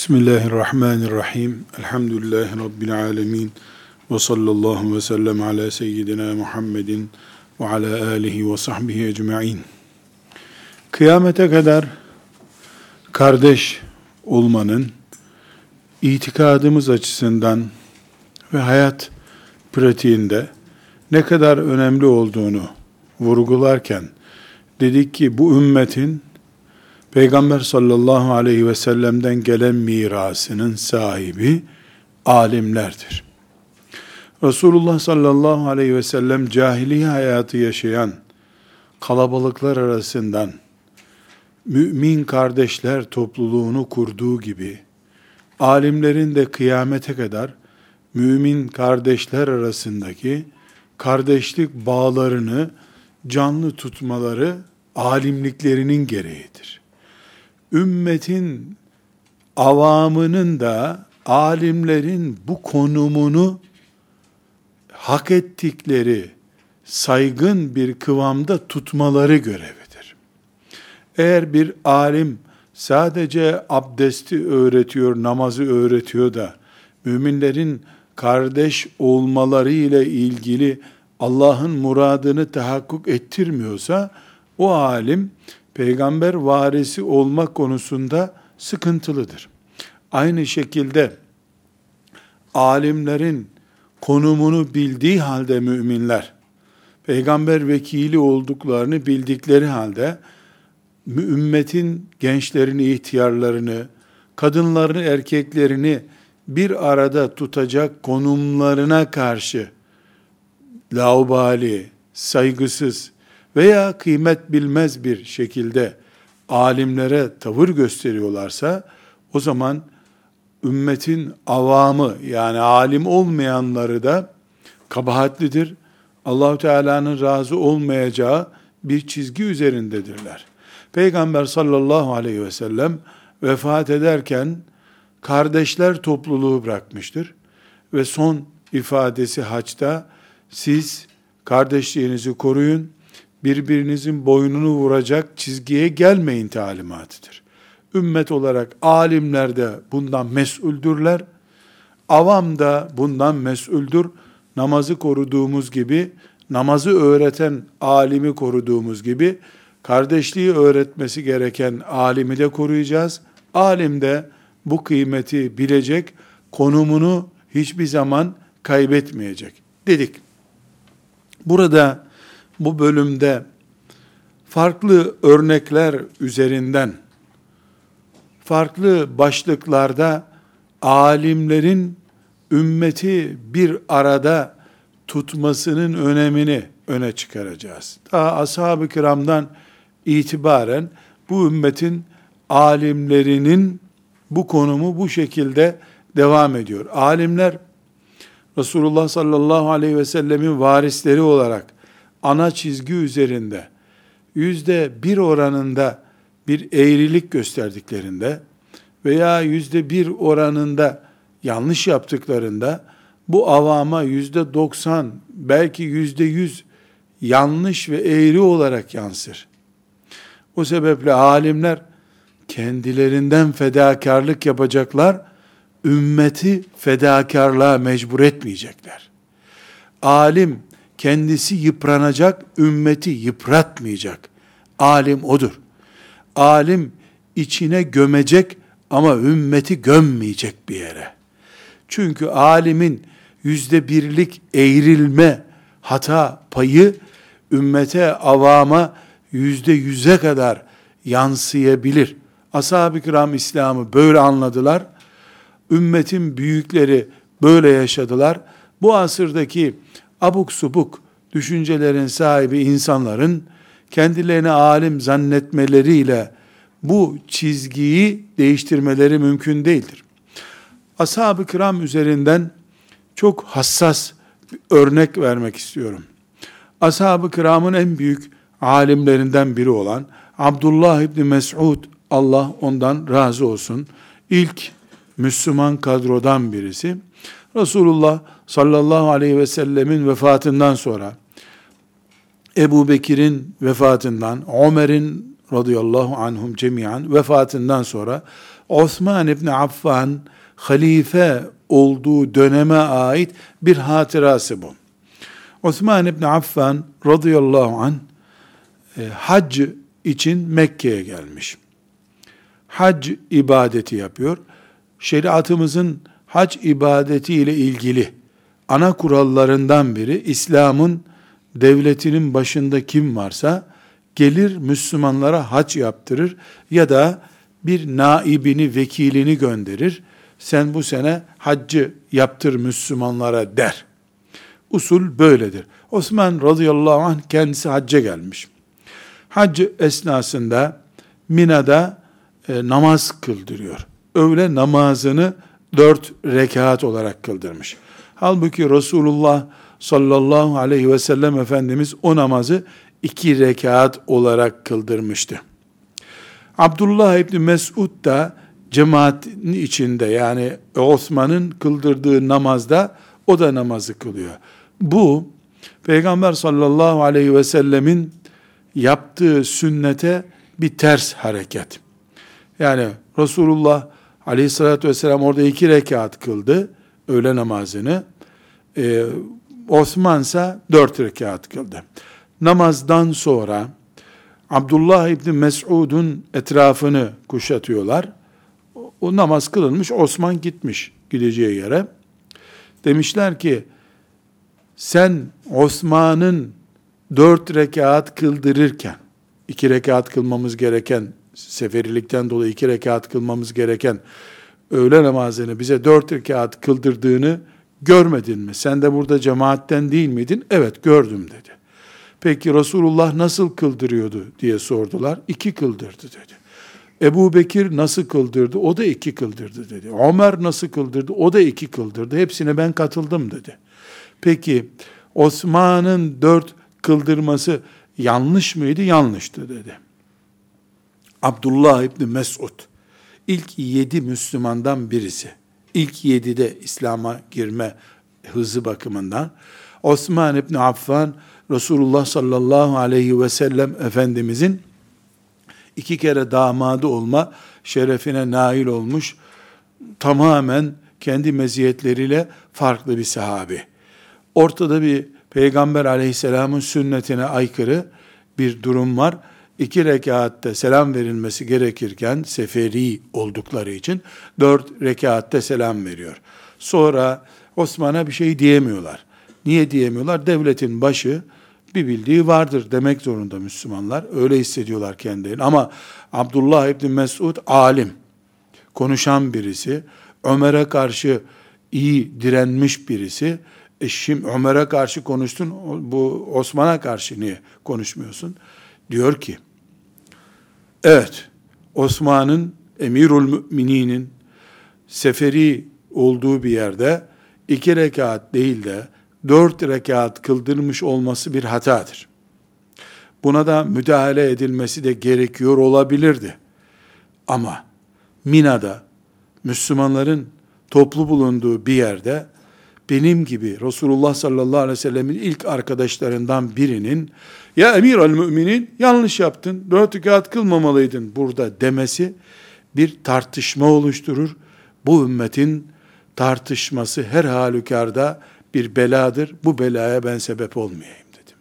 Bismillahirrahmanirrahim. Elhamdülillahi Rabbil alemin. Ve sallallahu ve sellem ala seyyidina Muhammedin ve ala alihi ve sahbihi ecma'in. Kıyamete kadar kardeş olmanın itikadımız açısından ve hayat pratiğinde ne kadar önemli olduğunu vurgularken dedik ki bu ümmetin Peygamber sallallahu aleyhi ve sellem'den gelen mirasının sahibi alimlerdir. Resulullah sallallahu aleyhi ve sellem cahiliye hayatı yaşayan kalabalıklar arasından mümin kardeşler topluluğunu kurduğu gibi alimlerin de kıyamete kadar mümin kardeşler arasındaki kardeşlik bağlarını canlı tutmaları alimliklerinin gereğidir. Ümmetin avamının da alimlerin bu konumunu hak ettikleri saygın bir kıvamda tutmaları görevidir. Eğer bir alim sadece abdesti öğretiyor, namazı öğretiyor da müminlerin kardeş olmaları ile ilgili Allah'ın muradını tahakkuk ettirmiyorsa o alim peygamber varisi olmak konusunda sıkıntılıdır. Aynı şekilde alimlerin konumunu bildiği halde müminler, peygamber vekili olduklarını bildikleri halde ümmetin gençlerini, ihtiyarlarını, kadınlarını, erkeklerini bir arada tutacak konumlarına karşı laubali, saygısız veya kıymet bilmez bir şekilde alimlere tavır gösteriyorlarsa o zaman ümmetin avamı yani alim olmayanları da kabahatlidir. Allah-u Teala'nın razı olmayacağı bir çizgi üzerindedirler. Peygamber sallallahu aleyhi ve sellem vefat ederken kardeşler topluluğu bırakmıştır. Ve son ifadesi haçta siz kardeşliğinizi koruyun, birbirinizin boynunu vuracak çizgiye gelmeyin talimatıdır. Ümmet olarak alimler de bundan mesuldürler. Avam da bundan mesuldür. Namazı koruduğumuz gibi, namazı öğreten alimi koruduğumuz gibi, kardeşliği öğretmesi gereken alimi de koruyacağız. Alim de bu kıymeti bilecek, konumunu hiçbir zaman kaybetmeyecek dedik. Burada bu bölümde farklı örnekler üzerinden, farklı başlıklarda alimlerin ümmeti bir arada tutmasının önemini öne çıkaracağız. Daha ashab-ı kiramdan itibaren bu ümmetin alimlerinin bu konumu bu şekilde devam ediyor. Alimler Resulullah sallallahu aleyhi ve sellemin varisleri olarak ana çizgi üzerinde %1 oranında bir eğrilik gösterdiklerinde veya %1 oranında yanlış yaptıklarında bu avama %90 belki %100 yanlış ve eğri olarak yansır. O sebeple alimler kendilerinden fedakarlık yapacaklar, ümmeti fedakarlığa mecbur etmeyecekler. Alim kendisi yıpranacak, ümmeti yıpratmayacak. Alim odur. Alim içine gömecek ama ümmeti gömmeyecek bir yere. Çünkü alimin %1'lik eğrilme hata payı ümmete, avama %100'e kadar yansıyabilir. Ashab-ı kiram İslam'ı böyle anladılar. Ümmetin büyükleri böyle yaşadılar. Bu asırdaki abuk subuk düşüncelerin sahibi insanların kendilerini alim zannetmeleriyle bu çizgiyi değiştirmeleri mümkün değildir. Ashab-ı kiram üzerinden çok hassas bir örnek vermek istiyorum. Ashab-ı kiramın en büyük alimlerinden biri olan Abdullah İbni Mes'ud, Allah ondan razı olsun, ilk Müslüman kadrodan birisi. Resulullah sallallahu aleyhi ve sellemin vefatından sonra Ebu Bekir'in vefatından, Ömer'in radıyallahu anhum cemiyan vefatından sonra Osman İbni Affan halife olduğu döneme ait bir hatırası bu. Osman İbni Affan radıyallahu anh hac için Mekke'ye gelmiş. Hac ibadeti yapıyor. Şeriatımızın hac ibadeti ile ilgili ana kurallarından biri, İslam'ın devletinin başında kim varsa gelir Müslümanlara hac yaptırır ya da bir naibini, vekilini gönderir. Sen bu sene haccı yaptır Müslümanlara der. Usul böyledir. Osman radıyallahu anh kendisi hacca gelmiş. Hac esnasında Mina'da namaz kıldırıyor. Öğle namazını 4 rekat olarak kıldırmış. Halbuki Resulullah sallallahu aleyhi ve sellem Efendimiz o namazı 2 rekat olarak kıldırmıştı. Abdullah İbni Mesud da cemaatin içinde, yani Osman'ın kıldırdığı namazda o da namazı kılıyor. Bu Peygamber sallallahu aleyhi ve sellemin yaptığı sünnete bir ters hareket. Yani Resulullah aleyhissalatü vesselam orada 2 rekat kıldı öğle namazını. Osman ise 4 rekat kıldı. Namazdan sonra Abdullah İbni Mes'ud'un etrafını kuşatıyorlar. O namaz kılınmış, Osman gitmiş gideceği yere. Demişler ki, sen Osman'ın 4 rekat kıldırırken, 2 rekat kılmamız gereken, seferilikten dolayı 2 rekat kılmamız gereken öğle namazını bize 4 rekat kıldırdığını görmedin mi? Sen de burada cemaatten değil miydin? Evet, gördüm dedi. Peki Resulullah nasıl kıldırıyordu diye sordular. 2 kıldırdı dedi. Ebu Bekir nasıl kıldırdı? O da 2 kıldırdı dedi. Ömer nasıl kıldırdı? O da 2 kıldırdı. Hepsine ben katıldım dedi. Peki Osman'ın 4 kıldırması yanlış mıydı? Yanlıştı dedi. Abdullah İbni Mes'ud ilk 7 Müslümandan birisi. İlk 7'de İslam'a girme hızı bakımından. Osman İbni Affan Resulullah sallallahu aleyhi ve sellem Efendimizin 2 kere damadı olma şerefine nail olmuş, tamamen kendi meziyetleriyle farklı bir sahabi. Ortada bir Peygamber aleyhisselamın sünnetine aykırı bir durum var. 2 rekatte selam verilmesi gerekirken seferi oldukları için 4 rekatte selam veriyor. Sonra Osman'a bir şey diyemiyorlar. Niye diyemiyorlar? Devletin başı, bir bildiği vardır demek zorunda Müslümanlar. Öyle hissediyorlar kendilerini. Ama Abdullah İbni Mesud alim, konuşan birisi, Ömer'e karşı iyi direnmiş birisi. Şimdi Ömer'e karşı konuştun, bu Osman'a karşı niye konuşmuyorsun? Diyor ki, evet, Osman'ın, Emirül Mümininin seferi olduğu bir yerde 2 rekat değil de 4 rekat kıldırmış olması bir hatadır. Buna da müdahale edilmesi de gerekiyor olabilirdi. Ama Mina'da Müslümanların toplu bulunduğu bir yerde benim gibi Resulullah sallallahu aleyhi ve sellemin ilk arkadaşlarından birinin, ya Emirül Müminin yanlış yaptın, 4 rekat kılmamalıydın burada demesi bir tartışma oluşturur. Bu ümmetin tartışması her halükarda bir beladır. Bu belaya ben sebep olmayayım dedim.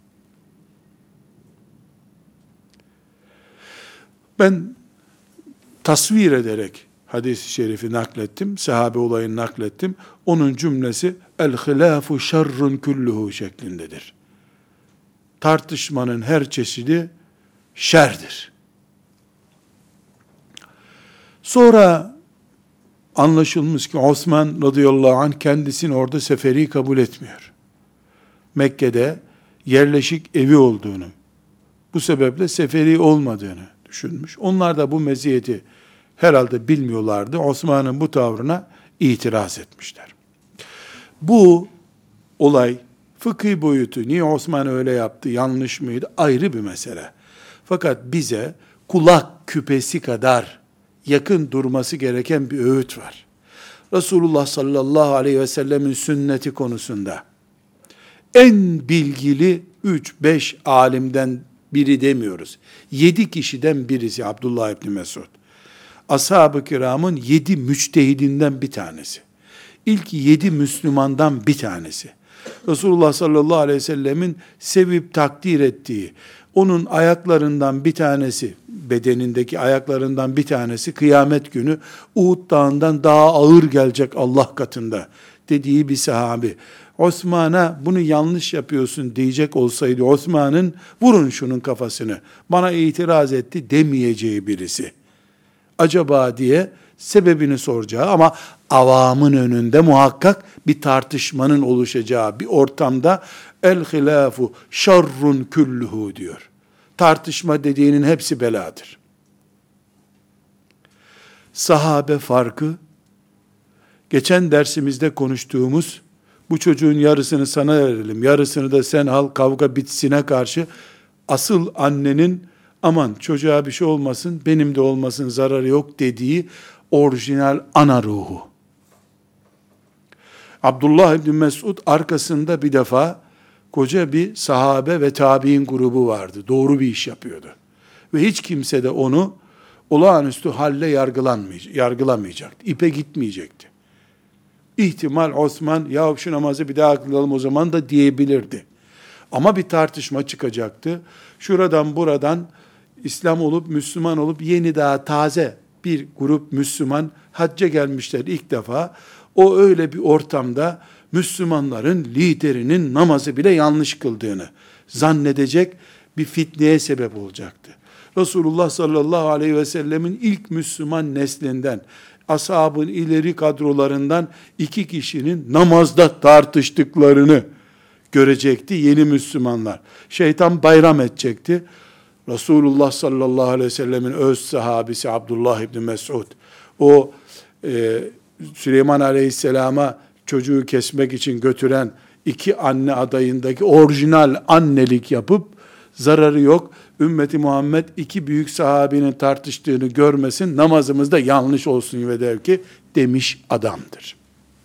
Ben tasvir ederek hadis-i şerifi naklettim, sahabe olayını naklettim. Onun cümlesi el-hilâfu şerrun kulluhu şeklindedir. Tartışmanın her çeşidi şerdir. Sonra anlaşılmış ki Osman radıyallahu anh kendisini orada seferi kabul etmiyor. Mekke'de yerleşik evi olduğunu, bu sebeple seferi olmadığını düşünmüş. Onlar da bu meziyeti herhalde bilmiyorlardı. Osman'ın bu tavrına itiraz etmişler. Bu olay fıkhi boyutu, niye Osman öyle yaptı, yanlış mıydı, ayrı bir mesele. Fakat bize kulak küpesi kadar yakın durması gereken bir öğüt var. Resulullah sallallahu aleyhi ve sellemin sünneti konusunda en bilgili 3-5 alimden biri demiyoruz. 7 kişiden birisi Abdullah İbni Mesud. ashab-ı kiramın 7 müçtehidinden bir tanesi. İlk 7 Müslümandan bir tanesi. Resulullah sallallahu aleyhi ve sellemin sevip takdir ettiği, onun ayaklarından bir tanesi, bedenindeki ayaklarından bir tanesi kıyamet günü Uhud dağından daha ağır gelecek Allah katında dediği bir sahabi. Osman'a bunu yanlış yapıyorsun diyecek olsaydı, Osman'ın vurun şunun kafasını, bana itiraz etti demeyeceği birisi. Acaba diye sebebini soracağı ama avamın önünde muhakkak bir tartışmanın oluşacağı bir ortamda el hilafu şerrun külluhu diyor. Tartışma dediğinin hepsi beladır. Sahabe farkı, geçen dersimizde konuştuğumuz, bu çocuğun yarısını sana verelim, yarısını da sen al, kavga bitsine karşı, asıl annenin aman çocuğa bir şey olmasın, benim de olmasın, zararı yok dediği orijinal ana ruhu. Abdullah İbni Mesud arkasında bir defa koca bir sahabe ve tabi'in grubu vardı. Doğru bir iş yapıyordu. Ve hiç kimse de onu olağanüstü halle yargılamayacaktı. İpe gitmeyecekti. İhtimal Osman, ya şu namazı bir daha kılalım o zaman da diyebilirdi. Ama bir tartışma çıkacaktı. Şuradan buradan İslam olup, Müslüman olup, yeni daha taze bir grup Müslüman hacca gelmişler ilk defa. O öyle bir ortamda Müslümanların liderinin namazı bile yanlış kıldığını zannedecek bir fitneye sebep olacaktı. Resulullah sallallahu aleyhi ve sellemin ilk Müslüman neslinden, ashabın ileri kadrolarından 2 kişinin namazda tartıştıklarını görecekti yeni Müslümanlar. Şeytan bayram edecekti. Resulullah sallallahu aleyhi ve sellemin öz sahabisi Abdullah İbni Mesud, o Süleyman aleyhisselama çocuğu kesmek için götüren 2 anne adayındaki orijinal annelik yapıp, zararı yok, ümmeti Muhammed 2 büyük sahabinin tartıştığını görmesin, namazımızda yanlış olsun ve der ki demiş adamdır.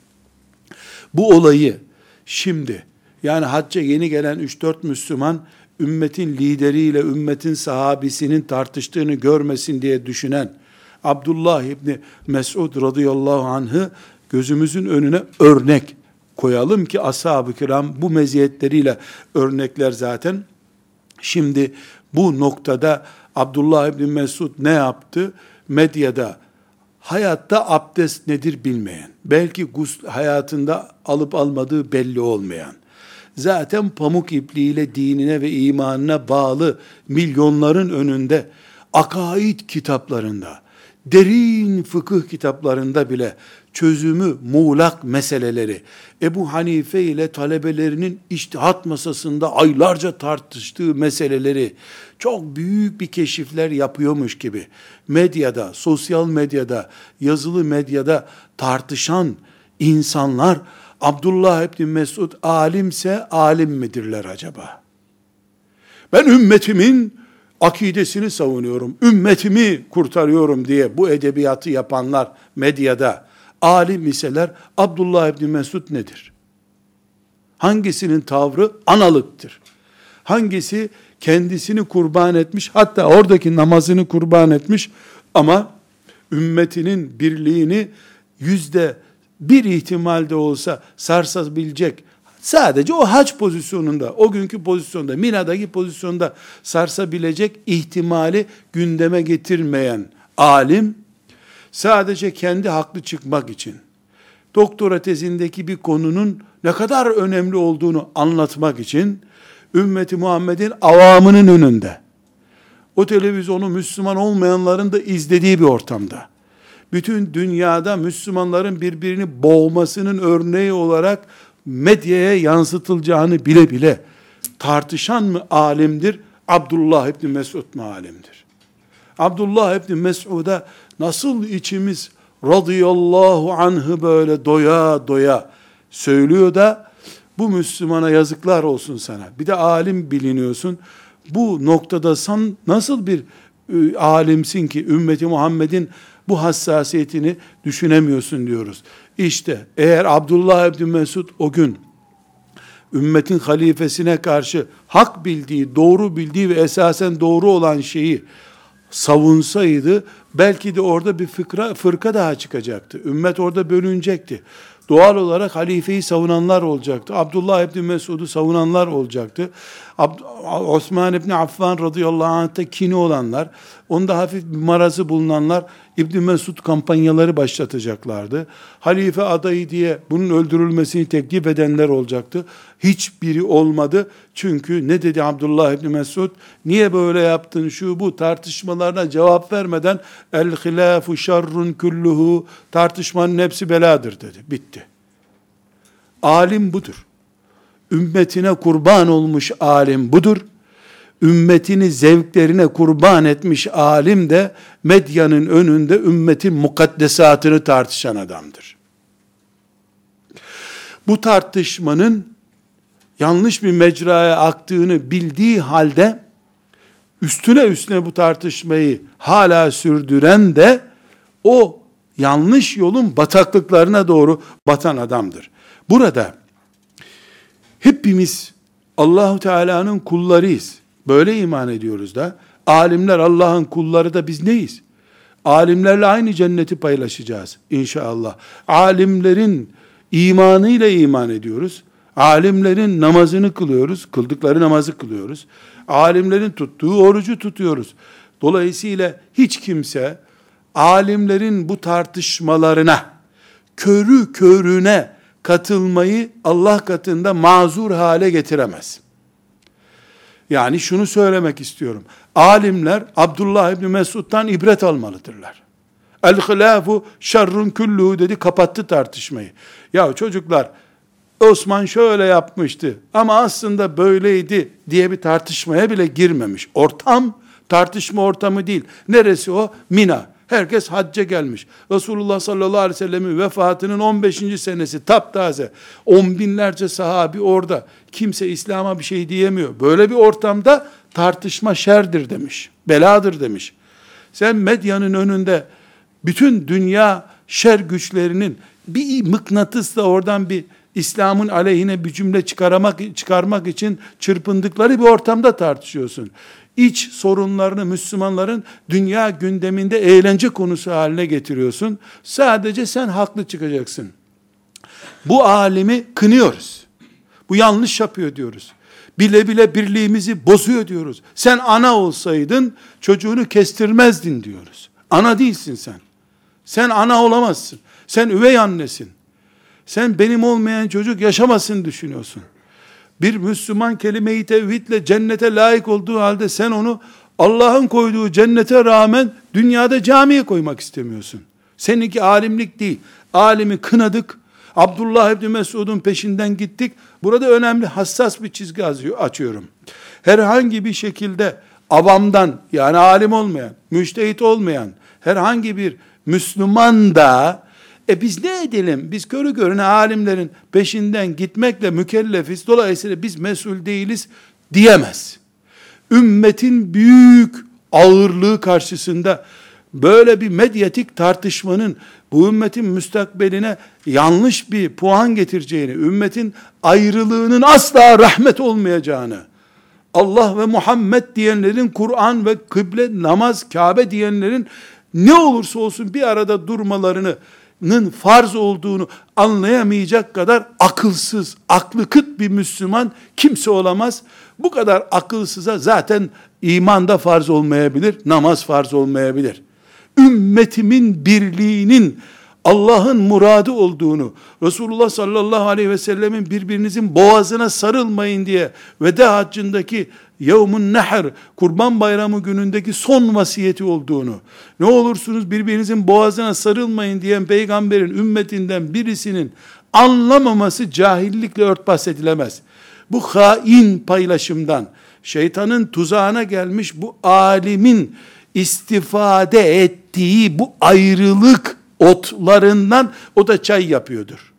Bu olayı şimdi, yani hacca yeni gelen 3-4 Müslüman, ümmetin lideriyle ümmetin sahabisinin tartıştığını görmesin diye düşünen Abdullah İbni Mesud radıyallahu anh'ı gözümüzün önüne örnek koyalım ki ashab-ı kiram bu meziyetleriyle örnekler zaten. Şimdi bu noktada Abdullah İbni Mesud ne yaptı? Medyada hayatta abdest nedir bilmeyen, belki hayatında alıp almadığı belli olmayan, zaten pamuk ipliğiyle dinine ve imanına bağlı milyonların önünde akaid kitaplarında, derin fıkıh kitaplarında bile çözümü muğlak meseleleri, Ebu Hanife ile talebelerinin içtihat masasında aylarca tartıştığı meseleleri çok büyük bir keşifler yapıyormuş gibi medyada, sosyal medyada, yazılı medyada tartışan insanlar, Abdullah İbni Mesud alimse alim midirler acaba? Ben ümmetimin akidesini savunuyorum, ümmetimi kurtarıyorum diye bu edebiyatı yapanlar medyada alim iseler, Abdullah İbni Mesud nedir? Hangisinin tavrı analıktır? Hangisi kendisini kurban etmiş, hatta oradaki namazını kurban etmiş ama ümmetinin birliğini %1 ihtimalde olsa sarsabilecek, sadece o hac pozisyonunda, o günkü pozisyonda, Mina'daki pozisyonda sarsabilecek ihtimali gündeme getirmeyen alim, sadece kendi haklı çıkmak için, doktora tezindeki bir konunun ne kadar önemli olduğunu anlatmak için, ümmeti Muhammed'in avamının önünde, o televizyonu Müslüman olmayanların da izlediği bir ortamda, bütün dünyada Müslümanların birbirini boğmasının örneği olarak medyaya yansıtılacağını bile bile tartışan mı alimdir? Abdullah İbni Mesud mu alimdir? Abdullah İbni Mesud'a nasıl içimiz radıyallahu anh'ı böyle doya doya söylüyor da, bu Müslümana yazıklar olsun sana, bir de alim biliniyorsun, bu noktada sen nasıl bir alimsin ki ümmeti Muhammed'in bu hassasiyetini düşünemiyorsun diyoruz. İşte eğer Abdullah İbni Mesud o gün ümmetin halifesine karşı hak bildiği, doğru bildiği ve esasen doğru olan şeyi savunsaydı belki de orada bir fırka daha çıkacaktı. Ümmet orada bölünecekti. Doğal olarak halifeyi savunanlar olacaktı. Abdullah İbni Mesud'u savunanlar olacaktı. Osman İbni Affan radıyallahu anh'ta kini olanlar, onda hafif bir marazı bulunanlar İbni Mesud kampanyaları başlatacaklardı. Halife adayı diye bunun öldürülmesini teklif edenler olacaktı. Hiçbiri olmadı. Çünkü ne dedi Abdullah İbni Mesud? Niye böyle yaptın, şu bu tartışmalarına cevap vermeden el hilafu şerrun kulluhu, tartışmanın hepsi beladır dedi. Bitti. Alim budur. Ümmetine kurban olmuş alim budur. Ümmetini zevklerine kurban etmiş alim de medyanın önünde ümmetin mukaddesatını tartışan adamdır. Bu tartışmanın yanlış bir mecraya aktığını bildiği halde üstüne bu tartışmayı hala sürdüren de o yanlış yolun bataklıklarına doğru batan adamdır. Burada hepimiz Allahu Teala'nın kullarıyız. Böyle iman ediyoruz da. Alimler Allah'ın kulları da biz neyiz? Alimlerle aynı cenneti paylaşacağız inşallah. Alimlerin imanıyla iman ediyoruz. Alimlerin namazını kılıyoruz. Kıldıkları namazı kılıyoruz. Alimlerin tuttuğu orucu tutuyoruz. Dolayısıyla hiç kimse alimlerin bu tartışmalarına körü körüne katılmayı Allah katında mazur hale getiremez. Yani şunu söylemek istiyorum. Alimler Abdullah İbni Mesud'dan ibret almalıdırlar. El-hilâfu şerrun kulluhu dedi, kapattı tartışmayı. Ya çocuklar, Osman şöyle yapmıştı ama aslında böyleydi diye bir tartışmaya bile girmemiş. Ortam tartışma ortamı değil. Neresi o? Mina. Herkes hacca gelmiş. Resulullah sallallahu aleyhi ve sellemin vefatının 15. senesi taptaze. 10 binlerce sahabi orada. Kimse İslam'a bir şey diyemiyor. Böyle bir ortamda tartışma şerdir demiş. Beladır demiş. Sen medyanın önünde bütün dünya şer güçlerinin bir mıknatısla oradan bir İslam'ın aleyhine bir cümle çıkarmak için çırpındıkları bir ortamda tartışıyorsun. İç sorunlarını Müslümanların dünya gündeminde eğlence konusu haline getiriyorsun. Sadece sen haklı çıkacaksın. Bu alimi kınıyoruz. Bu yanlış yapıyor diyoruz. Bile bile birliğimizi bozuyor diyoruz. Sen ana olsaydın çocuğunu kestirmezdin diyoruz. Ana değilsin sen. Sen ana olamazsın. Sen üvey annesin. Sen benim olmayan çocuk yaşamasın düşünüyorsun. Bir Müslüman kelime-i tevhidle cennete layık olduğu halde sen onu Allah'ın koyduğu cennete rağmen dünyada camiye koymak istemiyorsun. Seninki alimlik değil. Alimi kınadık. Abdullah İbni Mesud'un peşinden gittik. Burada önemli, hassas bir çizgi açıyorum. Herhangi bir şekilde avamdan, yani alim olmayan, müçtehit olmayan herhangi bir Müslüman da biz ne edelim? Biz körü körüne alimlerin peşinden gitmekle mükellefiz. Dolayısıyla biz mesul değiliz diyemez. Ümmetin büyük ağırlığı karşısında böyle bir medyatik tartışmanın bu ümmetin müstakbeline yanlış bir puan getireceğini, ümmetin ayrılığının asla rahmet olmayacağını, Allah ve Muhammed diyenlerin, Kur'an ve kıble, namaz, Kabe diyenlerin ne olursa olsun bir arada durmalarının farz olduğunu anlayamayacak kadar akılsız, aklı kıt bir Müslüman kimse olamaz. Bu kadar akılsıza zaten iman da farz olmayabilir, namaz farz olmayabilir. Ümmetimin birliğinin Allah'ın muradı olduğunu, Resulullah sallallahu aleyhi ve sellemin birbirinizin boğazına sarılmayın diye veda haccındaki Yevmun Nehr, Kurban Bayramı günündeki son vasiyeti olduğunu, ne olursunuz birbirinizin boğazına sarılmayın diyen peygamberin ümmetinden birisinin anlamaması cahillikle örtbas edilemez. Bu hain paylaşımdan, şeytanın tuzağına gelmiş bu alimin istifade ettiği bu ayrılık otlarından o da çay yapıyordur.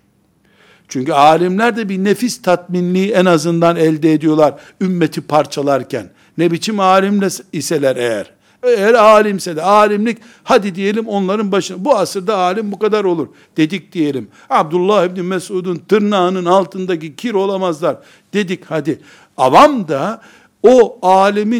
Çünkü alimler de bir nefis tatminliği en azından elde ediyorlar ümmeti parçalarken. Ne biçim alimle iseler eğer. Eğer alimse de alimlik, hadi diyelim onların başına, bu asırda alim bu kadar olur dedik diyelim. Abdullah İbni Mesud'un tırnağının altındaki kir olamazlar dedik hadi. Avam da o alimin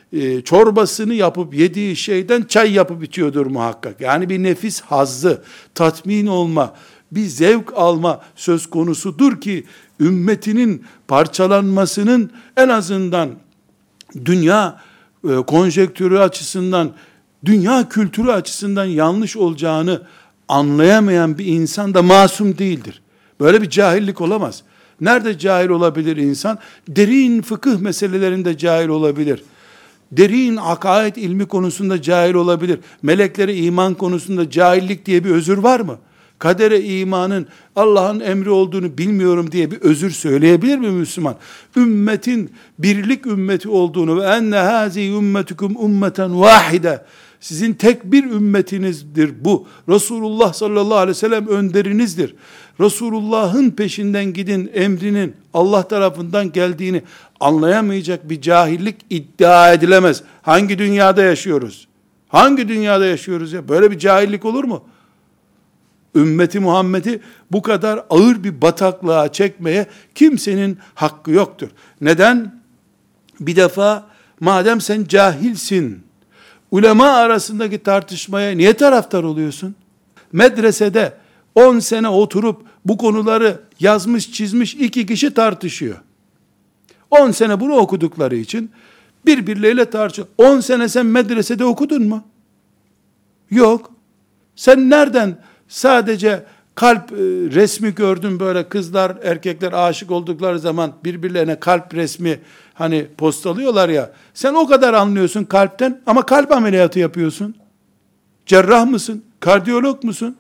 çorbasını yapıp yediği şeyden çay yapıp içiyordur muhakkak. Yani bir nefis hazzı, tatmin olma, bir zevk alma söz konusudur ki ümmetinin parçalanmasının en azından dünya konjektürü açısından, dünya kültürü açısından yanlış olacağını anlayamayan bir insan da masum değildir. Böyle bir cahillik olamaz. Nerede cahil olabilir insan? Derin fıkıh meselelerinde cahil olabilir. Derin akaid ilmi konusunda cahil olabilir. Meleklere iman konusunda cahillik diye bir özür var mı? Kadere imanın Allah'ın emri olduğunu bilmiyorum diye bir özür söyleyebilir mi Müslüman? Ümmetin birlik ümmeti olduğunu ve enne hazi ümmetukum ummeten vahide, sizin tek bir ümmetinizdir bu. Resulullah sallallahu aleyhi ve sellem önderinizdir. Resulullah'ın peşinden gidin emrinin Allah tarafından geldiğini anlayamayacak bir cahillik iddia edilemez. Hangi dünyada yaşıyoruz? Hangi dünyada yaşıyoruz ya? Böyle bir cahillik olur mu? Ümmeti Muhammed'i bu kadar ağır bir bataklığa çekmeye kimsenin hakkı yoktur. Neden? Bir defa madem sen cahilsin, ulema arasındaki tartışmaya niye taraftar oluyorsun? Medresede 10 sene oturup bu konuları yazmış çizmiş 2 kişi tartışıyor. 10 sene bunu okudukları için birbirleriyle tartışıyor. 10 sene sen medresede okudun mu? Yok. Sen nereden sadece kalp resmi gördün, böyle kızlar erkekler aşık oldukları zaman birbirlerine kalp resmi hani postalıyorlar ya, sen o kadar anlıyorsun kalpten ama kalp ameliyatı yapıyorsun. Cerrah mısın? Kardiyolog musun?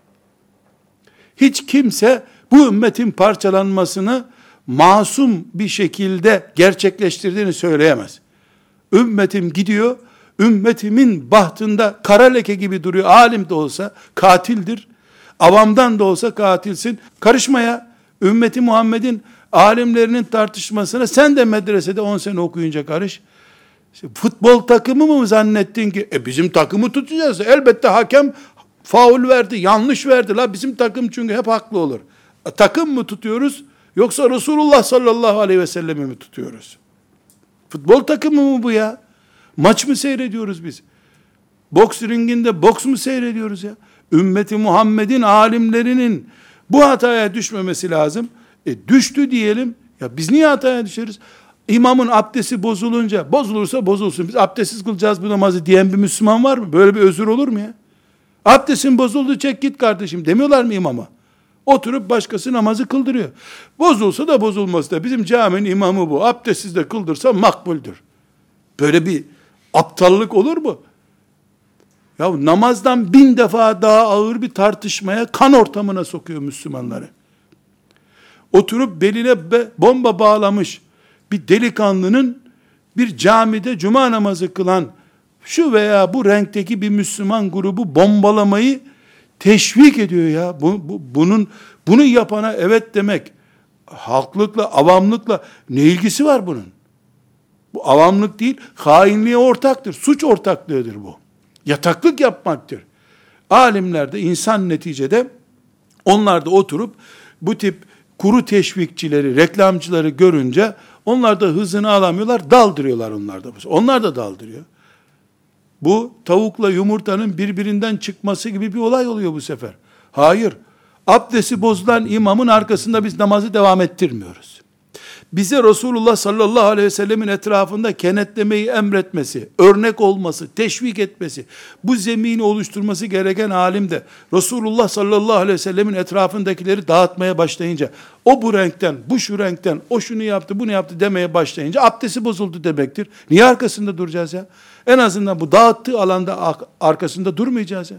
Hiç kimse bu ümmetin parçalanmasını masum bir şekilde gerçekleştirdiğini söyleyemez. Ümmetim gidiyor, ümmetimin bahtında kara leke gibi duruyor. Alim de olsa katildir, avamdan da olsa katilsin. Karışmaya, ümmeti Muhammed'in alimlerinin tartışmasına sen de medresede 10 sene okuyunca karış. Futbol takımı mı zannettin ki? Bizim takımı tutacağız. Elbette hakem faul verdi, yanlış verdi. La bizim takım çünkü hep haklı olur. Takım mı tutuyoruz? Yoksa Resulullah sallallahu aleyhi ve sellemi mi tutuyoruz? Futbol takımı mı bu ya? Maç mı seyrediyoruz biz? Boks ringinde boks mu seyrediyoruz ya? Ümmeti Muhammed'in alimlerinin bu hataya düşmemesi lazım. Düştü diyelim. Ya biz niye hataya düşeriz? İmamın abdesti bozulunca, bozulursa bozulsun, biz abdestsiz kılacağız bu namazı diyen bir Müslüman var mı? Böyle bir özür olur mu ya? Abdestin bozuldu, çek git kardeşim demiyorlar mı imama? Oturup başkası namazı kıldırıyor. Bozulsa da bozulmasa da bizim caminin imamı bu. Abdestsiz de kıldırsa makbuldür. Böyle bir aptallık olur mu? Ya namazdan 1000 defa daha ağır bir tartışmaya, kan ortamına sokuyor Müslümanları. Oturup beline bomba bağlamış bir delikanlının bir camide cuma namazı kılan şu veya bu renkteki bir Müslüman grubu bombalamayı teşvik ediyor ya. Bunu yapana evet demek, halklıkla, avamlıkla ne ilgisi var bunun? Bu avamlık değil, hainliğe ortaktır. Suç ortaklığıdır bu. Yataklık yapmaktır. Alimler de insan neticede, onlar da oturup bu tip kuru teşvikçileri, reklamcıları görünce onlar da hızını alamıyorlar, daldırıyorlar onlar da. Onlar da daldırıyor. Bu tavukla yumurtanın birbirinden çıkması gibi bir olay oluyor bu sefer. Hayır. Abdesti bozulan imamın arkasında biz namazı devam ettirmiyoruz. Bize Resulullah sallallahu aleyhi ve sellemin etrafında kenetlemeyi emretmesi, örnek olması, teşvik etmesi, bu zemini oluşturması gereken alim de Resulullah sallallahu aleyhi ve sellemin etrafındakileri dağıtmaya başlayınca, o bu renkten, bu şu renkten, o şunu yaptı, bunu yaptı demeye başlayınca abdesti bozuldu demektir. Niye arkasında duracağız ya? En azından bu dağıttığı alanda arkasında durmayacağız ya.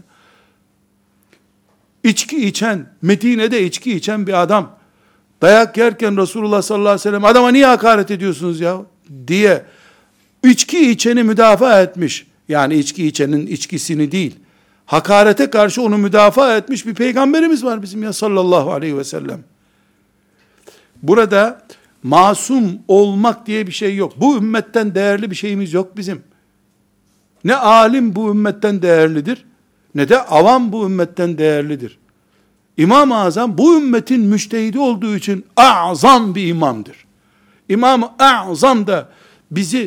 İçki içen, Medine'de içki içen bir adam, dayak yerken Resulullah sallallahu aleyhi ve sellem adama niye hakaret ediyorsunuz ya diye içki içeni müdafaa etmiş. Yani içki içenin içkisini değil, hakarete karşı onu müdafaa etmiş bir peygamberimiz var bizim ya sallallahu aleyhi ve sellem. Burada masum olmak diye bir şey yok. Bu ümmetten değerli bir şeyimiz yok bizim. Ne alim bu ümmetten değerlidir, ne de avam bu ümmetten değerlidir. İmam-ı Azam bu ümmetin müştehidi olduğu için azam bir imamdır. İmam-ı Azam da bizi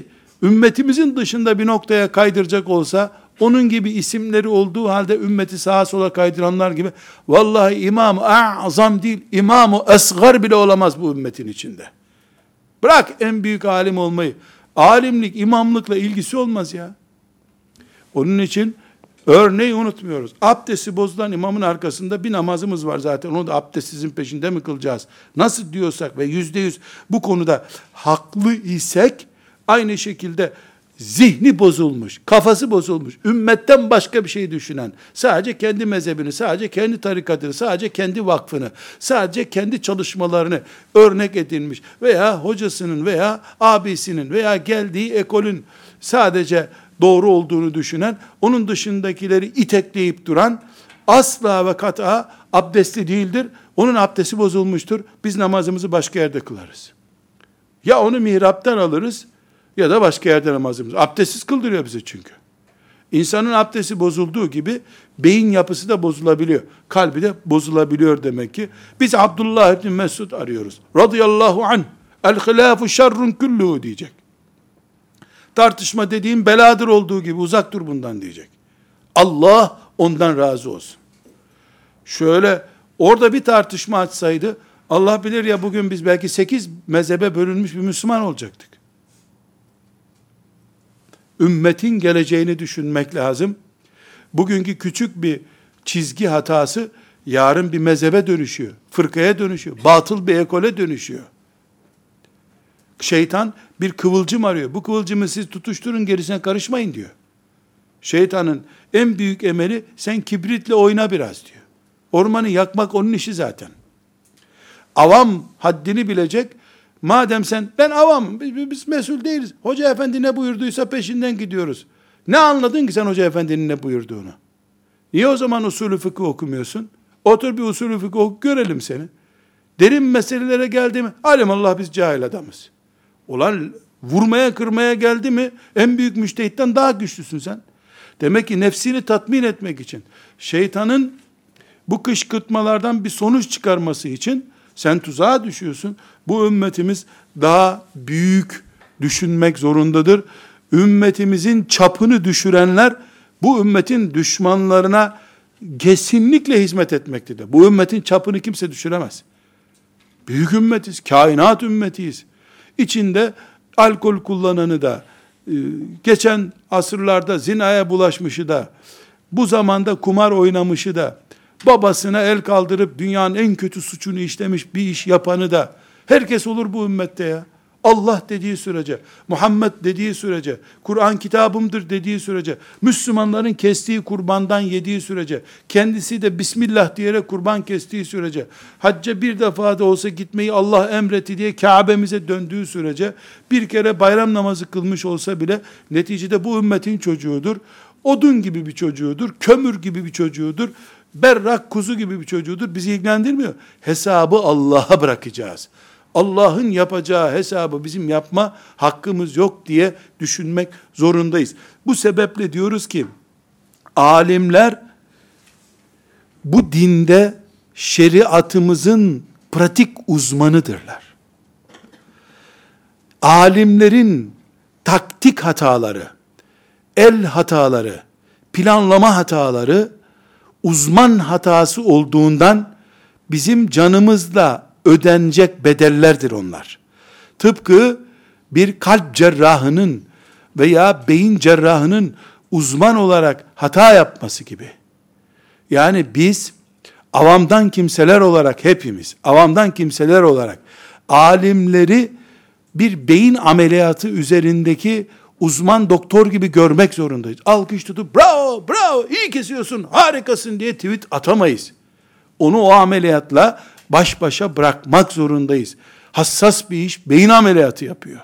ümmetimizin dışında bir noktaya kaydıracak olsa, onun gibi isimleri olduğu halde ümmeti sağa sola kaydıranlar gibi, vallahi İmam-ı Azam değil, İmam-ı Esgar bile olamaz bu ümmetin içinde. Bırak en büyük alim olmayı. Alimlik, imamlıkla ilgisi olmaz ya. Onun için örneği unutmuyoruz. Abdesti bozulan imamın arkasında bir namazımız var zaten. Onu da abdestsizin peşinde mi kılacağız? Nasıl diyorsak ve %100 bu konuda haklı isek, aynı şekilde zihni bozulmuş, kafası bozulmuş, ümmetten başka bir şey düşünen, sadece kendi mezhebini, sadece kendi tarikatını, sadece kendi vakfını, sadece kendi çalışmalarını örnek edinmiş veya hocasının veya abisinin veya geldiği ekolün sadece doğru olduğunu düşünen, onun dışındakileri itekleyip duran, asla ve kat'a abdestli değildir. Onun abdesti bozulmuştur. Biz namazımızı başka yerde kılarız. Ya onu mihraptan alırız, ya da başka yerde namazımız. Abdestsiz kıldırıyor bize çünkü. İnsanın abdesti bozulduğu gibi beyin yapısı da bozulabiliyor. Kalbi de bozulabiliyor demek ki. Biz Abdullah ibn Mesud arıyoruz. Radıyallahu anh. El hilafu şerrun kulluhu diyecek. Tartışma dediğim beladır olduğu gibi uzak dur bundan diyecek. Allah ondan razı olsun. Şöyle orada bir tartışma açsaydı, Allah bilir ya bugün biz belki 8 mezhebe bölünmüş bir Müslüman olacaktık. Ümmetin geleceğini düşünmek lazım. Bugünkü küçük bir çizgi hatası yarın bir mezhebe dönüşüyor. Fırkaya dönüşüyor. Batıl bir ekole dönüşüyor. Şeytan bir kıvılcım arıyor. Bu kıvılcımı siz tutuşturun, gerisine karışmayın diyor. Şeytanın en büyük emeli sen kibritle oyna biraz diyor. Ormanı yakmak onun işi zaten. Avam haddini bilecek. Madem ben avamım, biz mesul değiliz. Hoca efendi ne buyurduysa peşinden gidiyoruz. Ne anladın ki sen hoca efendinin ne buyurduğunu? Niye o zaman usulü fıkıh okumuyorsun? Otur bir usulü fıkıh oku, görelim seni. Derin meselelere geldi mi? Alimallah biz cahil adamız. Ulan vurmaya kırmaya geldi mi? En büyük müştehitten daha güçlüsün sen. Demek ki nefsini tatmin etmek için, şeytanın bu kışkırtmalardan bir sonuç çıkarması için sen tuzağa düşüyorsun. Bu ümmetimiz daha büyük düşünmek zorundadır. Ümmetimizin çapını düşürenler bu ümmetin düşmanlarına kesinlikle hizmet etmektedir. Bu ümmetin çapını kimse düşüremez. Büyük ümmetiz, kainat ümmetiyiz. İçinde alkol kullananı da, geçen asırlarda zinaya bulaşmışı da, bu zamanda kumar oynamışı da, babasına el kaldırıp dünyanın en kötü suçunu işlemiş bir iş yapanı da, herkes olur bu ümmette ya. Allah dediği sürece, Muhammed dediği sürece, Kur'an kitabımdır dediği sürece, Müslümanların kestiği kurbandan yediği sürece, kendisi de Bismillah diyerek kurban kestiği sürece, hacca bir defa da olsa gitmeyi Allah emretti diye Kabe'mize döndüğü sürece, bir kere bayram namazı kılmış olsa bile, neticede bu ümmetin çocuğudur. Odun gibi bir çocuğudur, kömür gibi bir çocuğudur, berrak kuzu gibi bir çocuğudur. Bizi ilgilendirmiyor. Hesabı Allah'a bırakacağız. Allah'ın yapacağı hesabı bizim yapma hakkımız yok diye düşünmek zorundayız. Bu sebeple diyoruz ki, alimler bu dinde şeriatımızın pratik uzmanıdırlar. Alimlerin taktik hataları, el hataları, planlama hataları, uzman hatası olduğundan bizim canımızla ödenecek bedellerdir onlar. Tıpkı bir kalp cerrahının veya beyin cerrahının uzman olarak hata yapması gibi. Yani biz avamdan kimseler olarak, hepimiz avamdan kimseler olarak alimleri bir beyin ameliyatı üzerindeki uzman doktor gibi görmek zorundayız. Alkış tutup bravo bravo iyi kesiyorsun harikasın diye tweet atamayız. Onu o ameliyatla baş başa bırakmak zorundayız. Hassas bir iş, beyin ameliyatı yapıyor.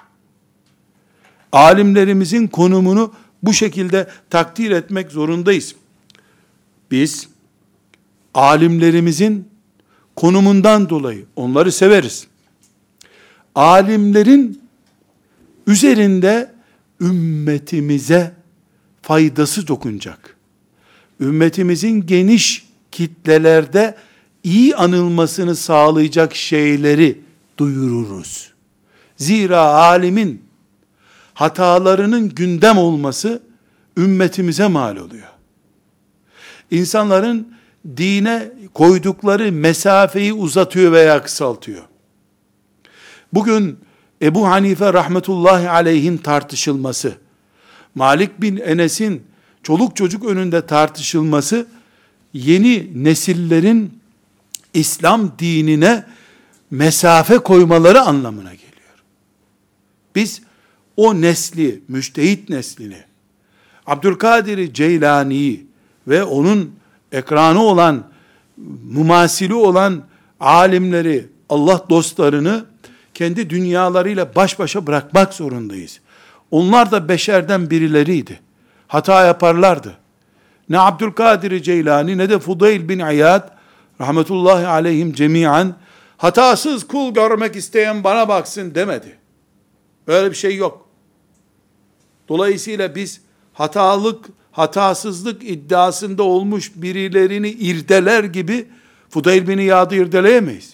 Alimlerimizin konumunu bu şekilde takdir etmek zorundayız. Biz alimlerimizin konumundan dolayı onları severiz. Alimlerin üzerinde ümmetimize faydası dokunacak. Ümmetimizin geniş kitlelerde iyi anılmasını sağlayacak şeyleri duyururuz. Zira alimin hatalarının gündem olması ümmetimize mal oluyor. İnsanların dine koydukları mesafeyi uzatıyor veya kısaltıyor. Bugün Ebu Hanife rahmetullahi aleyhin tartışılması, Malik bin Enes'in çoluk çocuk önünde tartışılması, yeni nesillerin İslam dinine mesafe koymaları anlamına geliyor. Biz o nesli, müştehit neslini, Abdülkadir Ceylani'yi ve onun ekranı olan, mumasili olan alimleri, Allah dostlarını kendi dünyalarıyla baş başa bırakmak zorundayız. Onlar da beşerden birileriydi. Hata yaparlardı. Ne Abdülkadir Ceylani ne de Fudayl bin İyad rahmetullahi aleyhim cemiyen hatasız kul görmek isteyen bana baksın demedi. Öyle bir şey yok. Dolayısıyla biz hatasızlık iddiasında olmuş birilerini irdeler gibi Fudayl bin İyad'ı irdeleyemeyiz.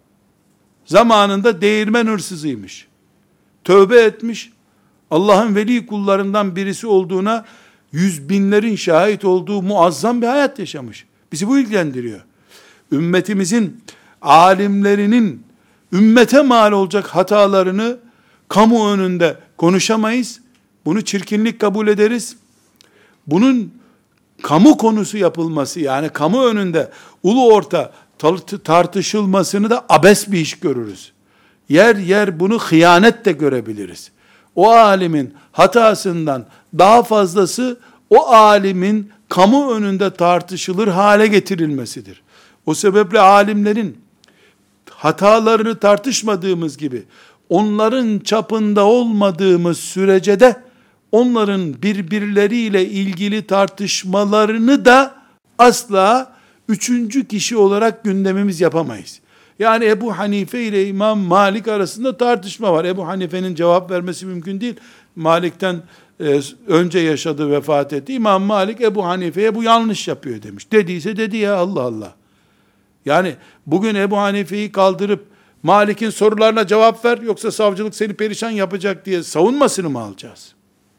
Zamanında değirmen hırsızıymış. Tövbe etmiş. Allah'ın veli kullarından birisi olduğuna yüz binlerin şahit olduğu muazzam bir hayat yaşamış. Bizi bu ilgilendiriyor. Ümmetimizin alimlerinin ümmete mal olacak hatalarını kamu önünde konuşamayız. Bunu çirkinlik kabul ederiz. Bunun kamu konusu yapılması, yani kamu önünde ulu orta tartışılmasını da abes bir iş görürüz. Yer yer bunu hıyanet de görebiliriz. O alimin hatasından daha fazlası o alimin kamu önünde tartışılır hale getirilmesidir. O sebeple alimlerin hatalarını tartışmadığımız gibi onların çapında olmadığımız sürece de onların birbirleriyle ilgili tartışmalarını da asla üçüncü kişi olarak gündemimiz yapamayız. Yani Ebu Hanife ile İmam Malik arasında tartışma var. Ebu Hanife'nin cevap vermesi mümkün değil. Malik'ten önce yaşadı, vefat etti. İmam Malik Ebu Hanife'ye bu yanlış yapıyor demiş. Dediyse dedi ya, Allah Allah. Yani bugün Ebu Hanife'yi kaldırıp Malik'in sorularına cevap ver yoksa savcılık seni perişan yapacak diye savunmasını mı alacağız?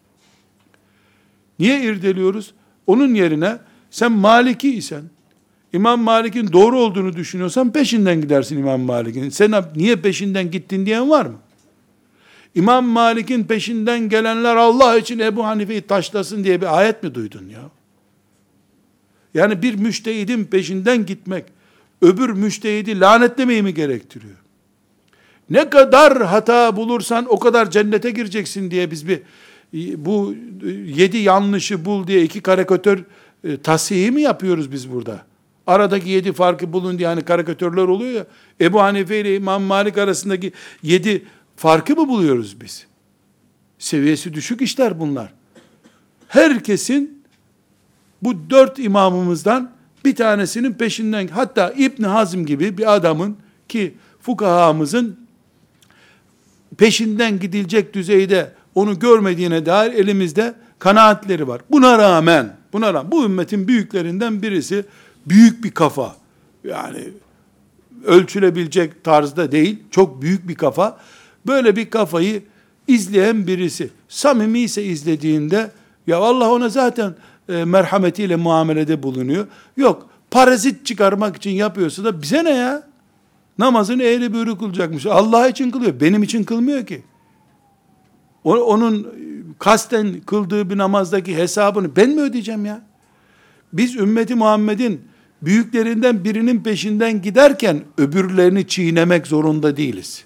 Niye irdeliyoruz? Onun yerine sen Maliki isen, İmam Malik'in doğru olduğunu düşünüyorsan peşinden gidersin İmam Malik'in. Sen niye peşinden gittin diyen var mı? İmam Malik'in peşinden gelenler Allah için Ebu Hanife'yi taşlasın diye bir ayet mi duydun ya? Yani bir müştehidin peşinden gitmek, öbür müştehidi lanetlemeyi mi gerektiriyor? Ne kadar hata bulursan o kadar cennete gireceksin diye biz bu 7 yanlışı bul diye 2 karikatür tasihi mi yapıyoruz biz burada? Aradaki 7 farkı bulun diye hani karikatürler oluyor ya, Ebu Hanife ile İmam Malik arasındaki 7 farkı mı buluyoruz biz? Seviyesi düşük işler bunlar. Herkesin bu 4 imamımızdan bir tanesinin peşinden, hatta İbn Hazm gibi bir adamın ki fukahamızın peşinden gidilecek düzeyde onu görmediğine dair elimizde kanaatleri var. Buna rağmen bu ümmetin büyüklerinden birisi, büyük bir kafa, yani ölçülebilecek tarzda değil, çok büyük bir kafa, böyle bir kafayı izleyen birisi, samimi ise izlediğinde, ya Allah ona zaten merhametiyle muamelede bulunuyor, yok parazit çıkarmak için yapıyorsa da bize ne ya? Namazını eğri büğrü kılacakmış, Allah için kılıyor, benim için kılmıyor ki. Onun kasten kıldığı bir namazdaki hesabını ben mi ödeyeceğim ya? Biz ümmeti Muhammed'in büyüklerinden birinin peşinden giderken öbürlerini çiğnemek zorunda değiliz.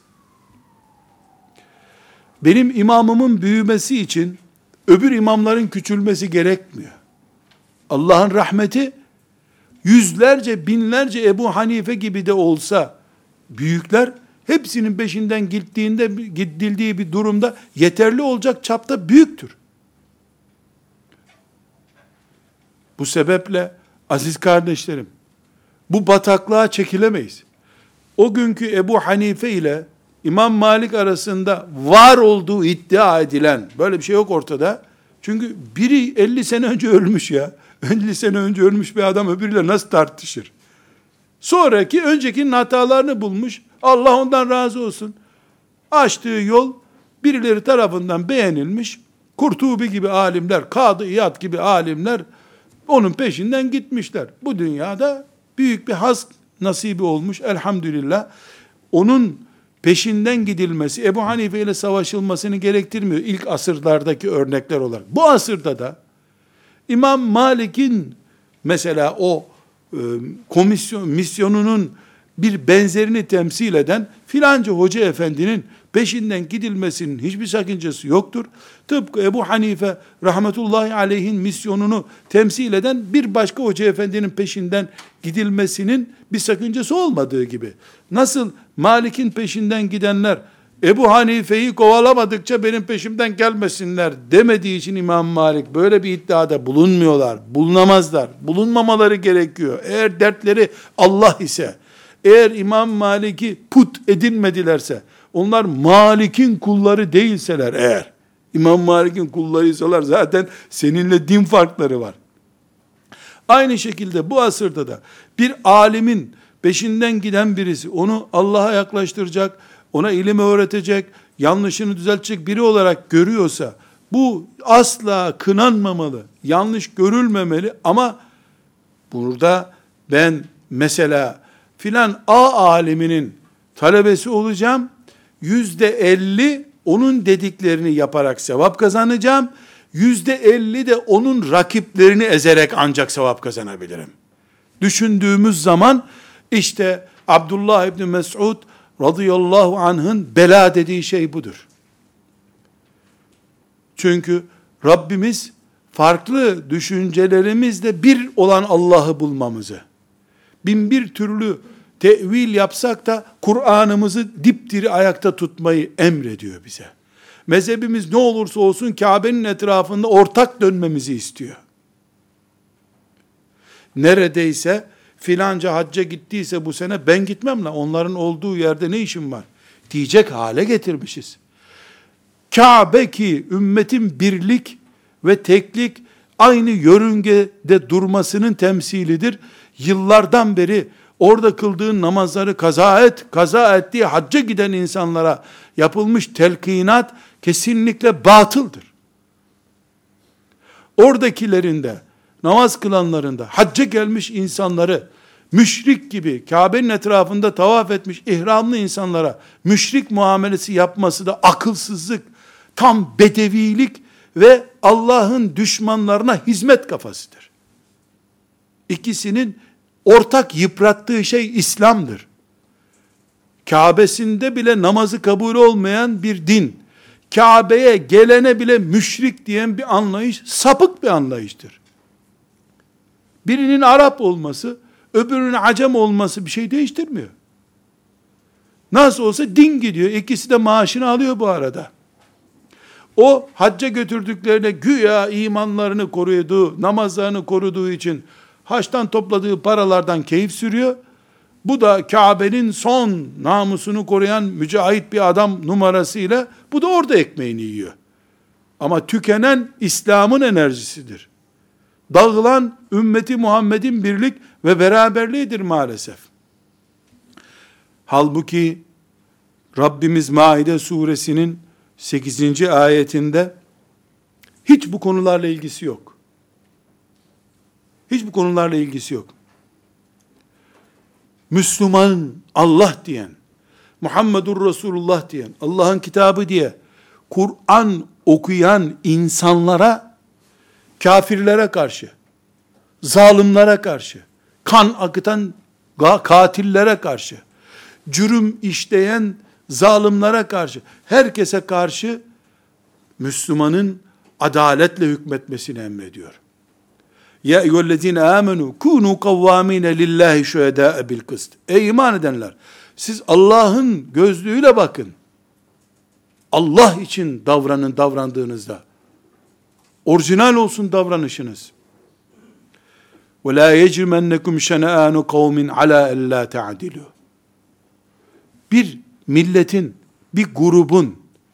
Benim imamımın büyümesi için öbür imamların küçülmesi gerekmiyor. Allah'ın rahmeti yüzlerce, binlerce Ebu Hanife gibi de olsa büyükler hepsinin peşinden gidildiği bir durumda yeterli olacak çapta büyüktür. Bu sebeple aziz kardeşlerim, bu bataklığa çekilemeyiz. O günkü Ebu Hanife ile İmam Malik arasında var olduğu iddia edilen, böyle bir şey yok ortada. Çünkü biri 50 sene önce ölmüş ya. 50 sene önce ölmüş bir adam öbürüyle nasıl tartışır? öncekinin hatalarını bulmuş. Allah ondan razı olsun. Açtığı yol birileri tarafından beğenilmiş, Kurtubi gibi alimler, Kadı İyad gibi alimler onun peşinden gitmişler. Bu dünyada büyük bir haz nasibi olmuş elhamdülillah. Onun peşinden gidilmesi, Ebu Hanife ile savaşılmasını gerektirmiyor ilk asırlardaki örnekler olarak. Bu asırda da İmam Malik'in mesela o misyonunun bir benzerini temsil eden filanca hoca efendinin peşinden gidilmesinin hiçbir sakıncası yoktur. Tıpkı Ebu Hanife rahmetullahi aleyhin misyonunu temsil eden bir başka hoca efendinin peşinden gidilmesinin bir sakıncası olmadığı gibi. Nasıl Malik'in peşinden gidenler Ebu Hanife'yi kovalamadıkça benim peşimden gelmesinler demediği için İmam Malik böyle bir iddiada bulunmuyorlar, bulunamazlar, bulunmamaları gerekiyor. Eğer dertleri Allah ise, eğer İmam Malik'i put edinmedilerse, onlar Malik'in kulları değilseler eğer, İmam Malik'in kullarıysalar zaten seninle din farkları var. Aynı şekilde bu asırda da bir alimin peşinden giden birisi, onu Allah'a yaklaştıracak, ona ilim öğretecek, yanlışını düzeltecek biri olarak görüyorsa, bu asla kınanmamalı, yanlış görülmemeli ama burada ben mesela filan A aliminin talebesi olacağım, %50 onun dediklerini yaparak sevap kazanacağım, %50 de onun rakiplerini ezerek ancak sevap kazanabilirim. Düşündüğümüz zaman işte Abdullah İbni Mes'ud radıyallahu anh'ın bela dediği şey budur. Çünkü Rabbimiz farklı düşüncelerimizle bir olan Allah'ı bulmamızı, bin bir türlü tevil yapsak da Kur'an'ımızı dipdiri ayakta tutmayı emrediyor bize. Mezhebimiz ne olursa olsun Kabe'nin etrafında ortak dönmemizi istiyor. Neredeyse filanca hacca gittiyse bu sene ben gitmem la, onların olduğu yerde ne işim var diyecek hale getirmişiz. Kabe ki ümmetin birlik ve teklik aynı yörüngede durmasının temsilidir. Yıllardan beri orada kıldığın namazları kaza et diye hacca giden insanlara yapılmış telkinat kesinlikle batıldır. Oradakilerinde, namaz kılanlarında, hacca gelmiş insanları müşrik gibi Kabe'nin etrafında tavaf etmiş ihramlı insanlara müşrik muamelesi yapması da akılsızlık, tam bedevilik ve Allah'ın düşmanlarına hizmet kafasıdır. İkisinin ortak yıprattığı şey İslam'dır. Kabe'sinde bile namazı kabul olmayan bir din, Kabe'ye gelene bile müşrik diyen bir anlayış, sapık bir anlayıştır. Birinin Arap olması, öbürünün Acem olması bir şey değiştirmiyor. Nasıl olsa din gidiyor, ikisi de maaşını alıyor bu arada. O hacca götürdüklerine güya imanlarını koruduğu, namazlarını koruduğu için haçtan topladığı paralardan keyif sürüyor. Bu da Kabe'nin son namusunu koruyan mücahit bir adam numarasıyla bu da orada ekmeğini yiyor. Ama tükenen İslam'ın enerjisidir. Dağılan ümmeti Muhammed'in birlik ve beraberliğidir maalesef. Halbuki Rabbimiz Maide suresinin 8. ayetinde hiç bu konularla ilgisi yok. Hiç bu konularla ilgisi yok. Müslüman, Allah diyen, Muhammedur Resulullah diyen, Allah'ın kitabı diye Kur'an okuyan insanlara, kafirlere karşı, zalimlere karşı, kan akıtan katillere karşı, cürüm işleyen zalimlere karşı, herkese karşı Müslümanın adaletle hükmetmesini emrediyor. Ya eyyühellezine amenu kunu kavvamine lillahi şuhedâe bil kıst. Ey iman edenler, siz Allah'ın gözlüğüyle bakın. Allah için davranın davrandığınızda. Orijinal olsun davranışınız. Ve la yecrimennekum şenânu kavmin alâ ellâ te'adilû. Bir milletin, bir grubun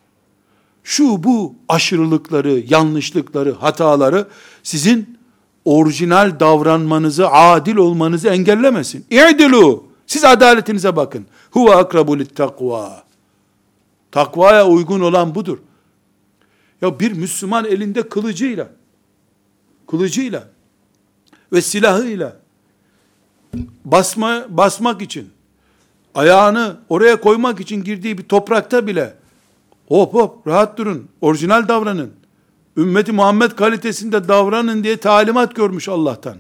bu aşırılıkları, yanlışlıkları, hataları sizin orijinal davranmanızı, adil olmanızı engellemesin. İ'dilû. Siz adaletinize bakın. Huve akrabu littakva. Takvaya uygun olan budur. Ya bir Müslüman elinde kılıcıyla ve silahıyla basmak için, ayağını oraya koymak için girdiği bir toprakta bile hop hop rahat durun, orijinal davranın, ümmeti Muhammed kalitesinde davranın diye talimat görmüş Allah'tan.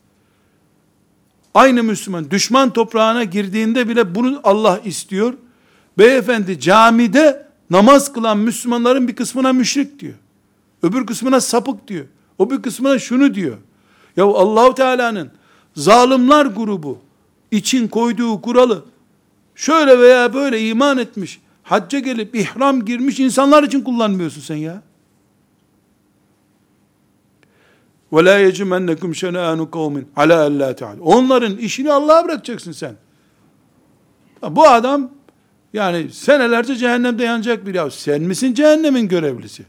Aynı Müslüman düşman toprağına girdiğinde bile bunu Allah istiyor. Beyefendi camide namaz kılan Müslümanların bir kısmına müşrik diyor. Öbür kısmına sapık diyor. O bir kısmına şunu diyor. Ya Allah-u Teala'nın zalimler grubu için koyduğu kuralı şöyle veya böyle iman etmiş, hacca gelip ihram girmiş insanlar için kullanmıyorsun sen ya. وَلَا يَجِمَنَّكُمْ شَنَآنُ قَوْمٍ عَلَى أَلَّا تَعْلُ. Onların işini Allah'a bırakacaksın sen. Bu adam yani senelerce cehennemde yanacak bir ya. Sen misin cehennemin görevlisi?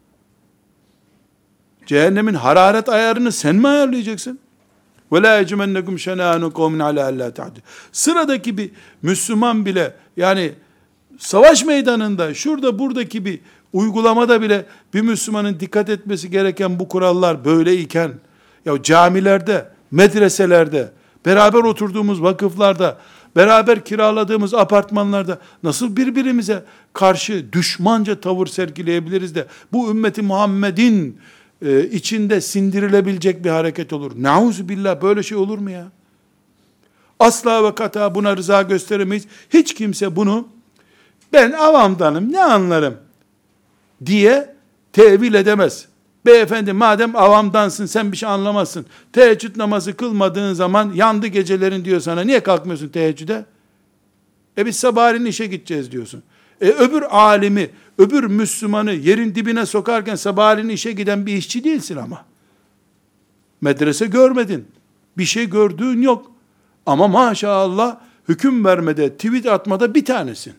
Cehennemin hararet ayarını sen mi ayarlayacaksın? وَلَا يَجِمَنَّكُمْ شَنَآنُ قَوْمٍ عَلَى أَلَّا تَعْلُ. Sıradaki bir Müslüman bile yani savaş meydanında şurada buradaki bir uygulamada bile bir Müslümanın dikkat etmesi gereken bu kurallar böyleyken ya camilerde, medreselerde, beraber oturduğumuz vakıflarda, beraber kiraladığımız apartmanlarda nasıl birbirimize karşı düşmanca tavır sergileyebiliriz de bu ümmeti Muhammed'in içinde sindirilebilecek bir hareket olur. Nauzubillah, böyle şey olur mu ya? Asla ve kata buna rıza gösteremeyiz. Hiç kimse bunu ben avamdanım ne anlarım diye tevil edemez. Beyefendi madem avamdansın sen bir şey anlamazsın. Teheccüd namazı kılmadığın zaman yandı gecelerin diyor sana. Niye kalkmıyorsun teheccüde? Biz sabahleyin işe gideceğiz diyorsun. Öbür alimi, öbür Müslümanı yerin dibine sokarken sabahleyin işe giden bir işçi değilsin ama. Medrese görmedin. Bir şey gördüğün yok. Ama maşallah hüküm vermede, tweet atmada bir tanesin.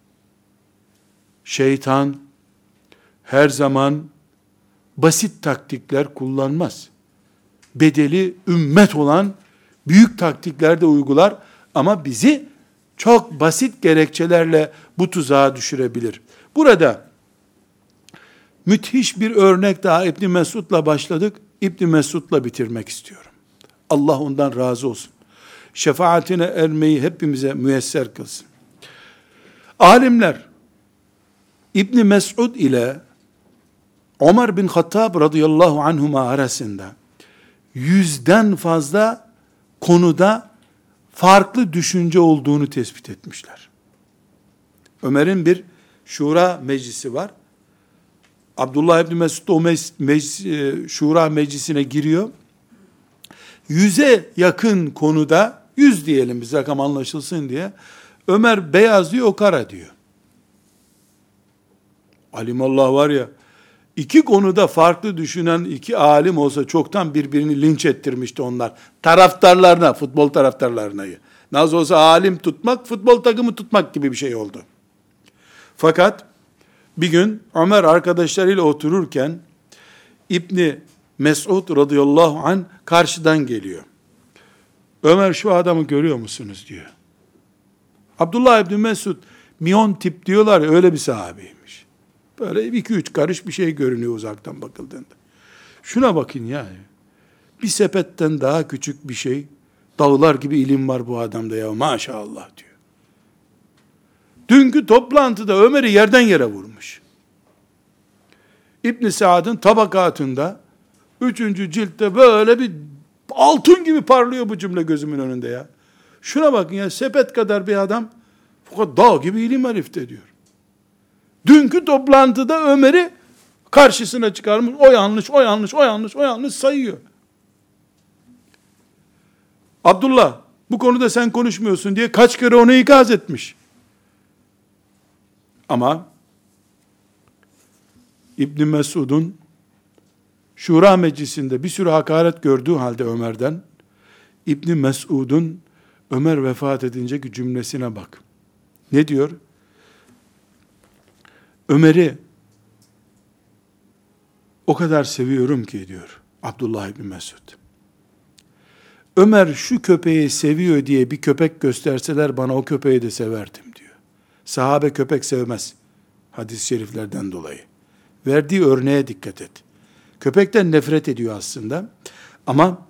Şeytan her zaman basit taktikler kullanmaz. Bedeli ümmet olan büyük taktikler de uygular ama bizi çok basit gerekçelerle bu tuzağa düşürebilir. Burada müthiş bir örnek daha İbn Mesud'la başladık. İbn Mesud'la bitirmek istiyorum. Allah ondan razı olsun. Şefaatine ermeyi hepimize müyesser kılsın. Alimler İbn Mesud ile Ömer bin Hattab radıyallahu anhuma arasında 100'den fazla konuda farklı düşünce olduğunu tespit etmişler. Ömer'in bir şura meclisi var. Abdullah İbni Mesud o şura meclisine giriyor. 100'e yakın konuda, 100 diyelim biz rakam anlaşılsın diye, Ömer beyaz diyor, o kara diyor. Alimallah var ya, iki konuda farklı düşünen iki alim olsa çoktan birbirini linç ettirmişti onlar. Taraftarlarına, futbol taraftarlarına. Nasıl olsa alim tutmak, futbol takımı tutmak gibi bir şey oldu. Fakat bir gün Ömer arkadaşlarıyla otururken İbni Mesud radıyallahu anh karşıdan geliyor. Ömer şu adamı görüyor musunuz diyor. Abdullah İbni Mesud miyon tip diyorlar ya, öyle bir sahabeymiş. Böyle 2-3 karış bir şey görünüyor uzaktan bakıldığında. Şuna bakın ya. Bir sepetten daha küçük bir şey. Dağlar gibi ilim var bu adamda ya, maşallah diyor. Dünkü toplantıda Ömer'i yerden yere vurmuş. İbn Saad'ın Tabakatında 3. ciltte böyle bir altın gibi parlıyor bu cümle gözümün önünde ya. Şuna bakın ya, sepet kadar bir adam fakat dağ gibi ilim herifte diyor. Dünkü toplantıda Ömer'i karşısına çıkarmış. O yanlış, o yanlış, o yanlış, o yanlış sayıyor. Abdullah, bu konuda sen konuşmuyorsun diye kaç kere onu ikaz etmiş. Ama İbn Mesud'un Şura meclisinde bir sürü hakaret gördüğü halde Ömer'den, İbn Mesud'un Ömer vefat edinceki cümlesine bak. Ne diyor? Ömer'i o kadar seviyorum ki diyor Abdullah İbni Mesud. Ömer şu köpeği seviyor diye bir köpek gösterseler bana o köpeği de severdim diyor. Sahabe köpek sevmez. hadis-i şeriflerden dolayı. Verdiği örneğe dikkat et. Köpekten nefret ediyor aslında. Ama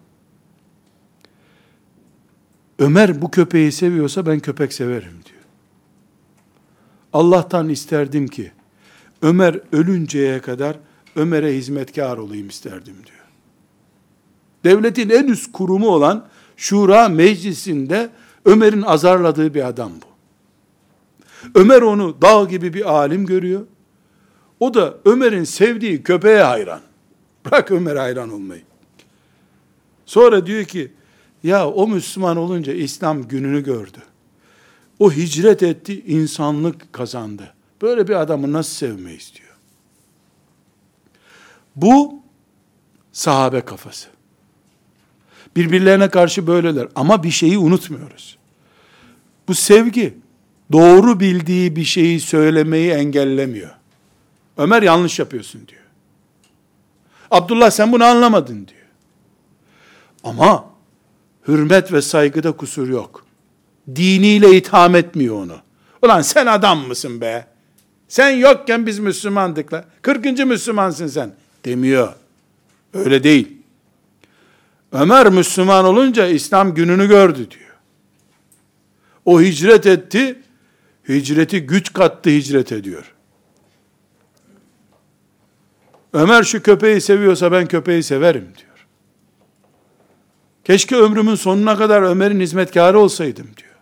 Ömer bu köpeği seviyorsa ben köpek severim diyor. Allah'tan isterdim ki Ömer ölünceye kadar Ömer'e hizmetkar olayım isterdim diyor. Devletin en üst kurumu olan Şura Meclisi'nde Ömer'in azarladığı bir adam bu. Ömer onu dağ gibi bir alim görüyor. O da Ömer'in sevdiği köpeğe hayran. Bırak Ömer'e hayran olmayı. Sonra diyor ki, ya o Müslüman olunca İslam gününü gördü. O hicret etti, insanlık kazandı. Böyle bir adamı nasıl sevmeyiz diyor. Bu sahabe kafası. Birbirlerine karşı böyleler ama bir şeyi unutmuyoruz. Bu sevgi doğru bildiği bir şeyi söylemeyi engellemiyor. Ömer yanlış yapıyorsun diyor. Abdullah sen bunu anlamadın diyor. Ama hürmet ve saygıda kusur yok. Diniyle itham etmiyor onu. Ulan sen adam mısın be? Sen yokken biz Müslümandık la. 40. Müslümansın sen demiyor. Öyle değil. Ömer Müslüman olunca İslam gününü gördü diyor. O hicret etti, hicreti güç kattı hicret ediyor. Ömer şu köpeği seviyorsa ben köpeği severim diyor. Keşke ömrümün sonuna kadar Ömer'in hizmetkarı olsaydım diyor.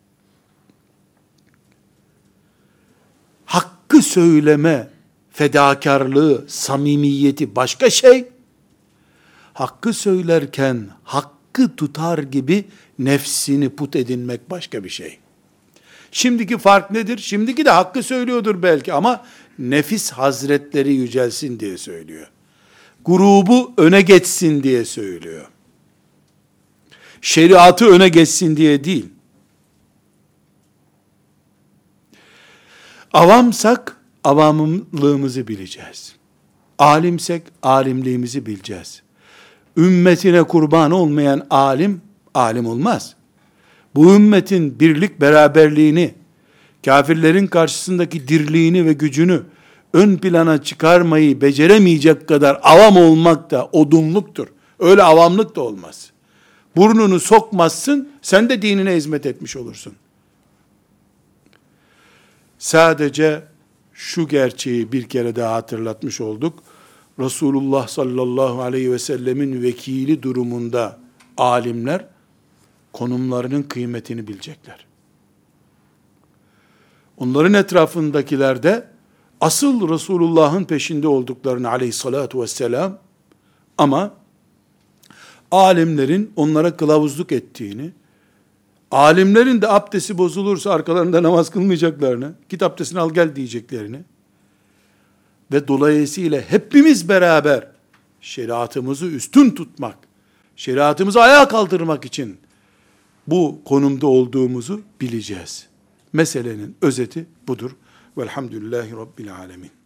Hakkı söyleme, fedakarlığı, samimiyeti başka şey. Hakkı söylerken hakkı tutar gibi nefsini put edinmek başka bir şey. Şimdiki fark nedir? Şimdiki de hakkı söylüyordur belki ama nefis hazretleri yücelsin diye söylüyor. Grubu öne geçsin diye söylüyor. Şeriatı öne geçsin diye değil. Avamsak avamlığımızı bileceğiz. Alimsek alimliğimizi bileceğiz. Ümmetine kurban olmayan alim, alim olmaz. Bu ümmetin birlik beraberliğini, kafirlerin karşısındaki dirliğini ve gücünü ön plana çıkarmayı beceremeyecek kadar avam olmak da odunluktur. Öyle avamlık da olmaz. Burnunu sokmazsın, sen de dinine hizmet etmiş olursun. Sadece şu gerçeği bir kere daha hatırlatmış olduk. Resulullah sallallahu aleyhi ve sellemin vekili durumunda alimler konumlarının kıymetini bilecekler. Onların etrafındakiler de asıl Resulullah'ın peşinde olduklarını aleyhissalatu vesselam ama alimlerin onlara kılavuzluk ettiğini, alimlerin de abdesti bozulursa arkalarında namaz kılmayacaklarını, git abdestini al gel diyeceklerini ve dolayısıyla hepimiz beraber şeriatımızı üstün tutmak, şeriatımızı ayağa kaldırmak için bu konumda olduğumuzu bileceğiz. Meselenin özeti budur. Velhamdülillahi Rabbil alemin.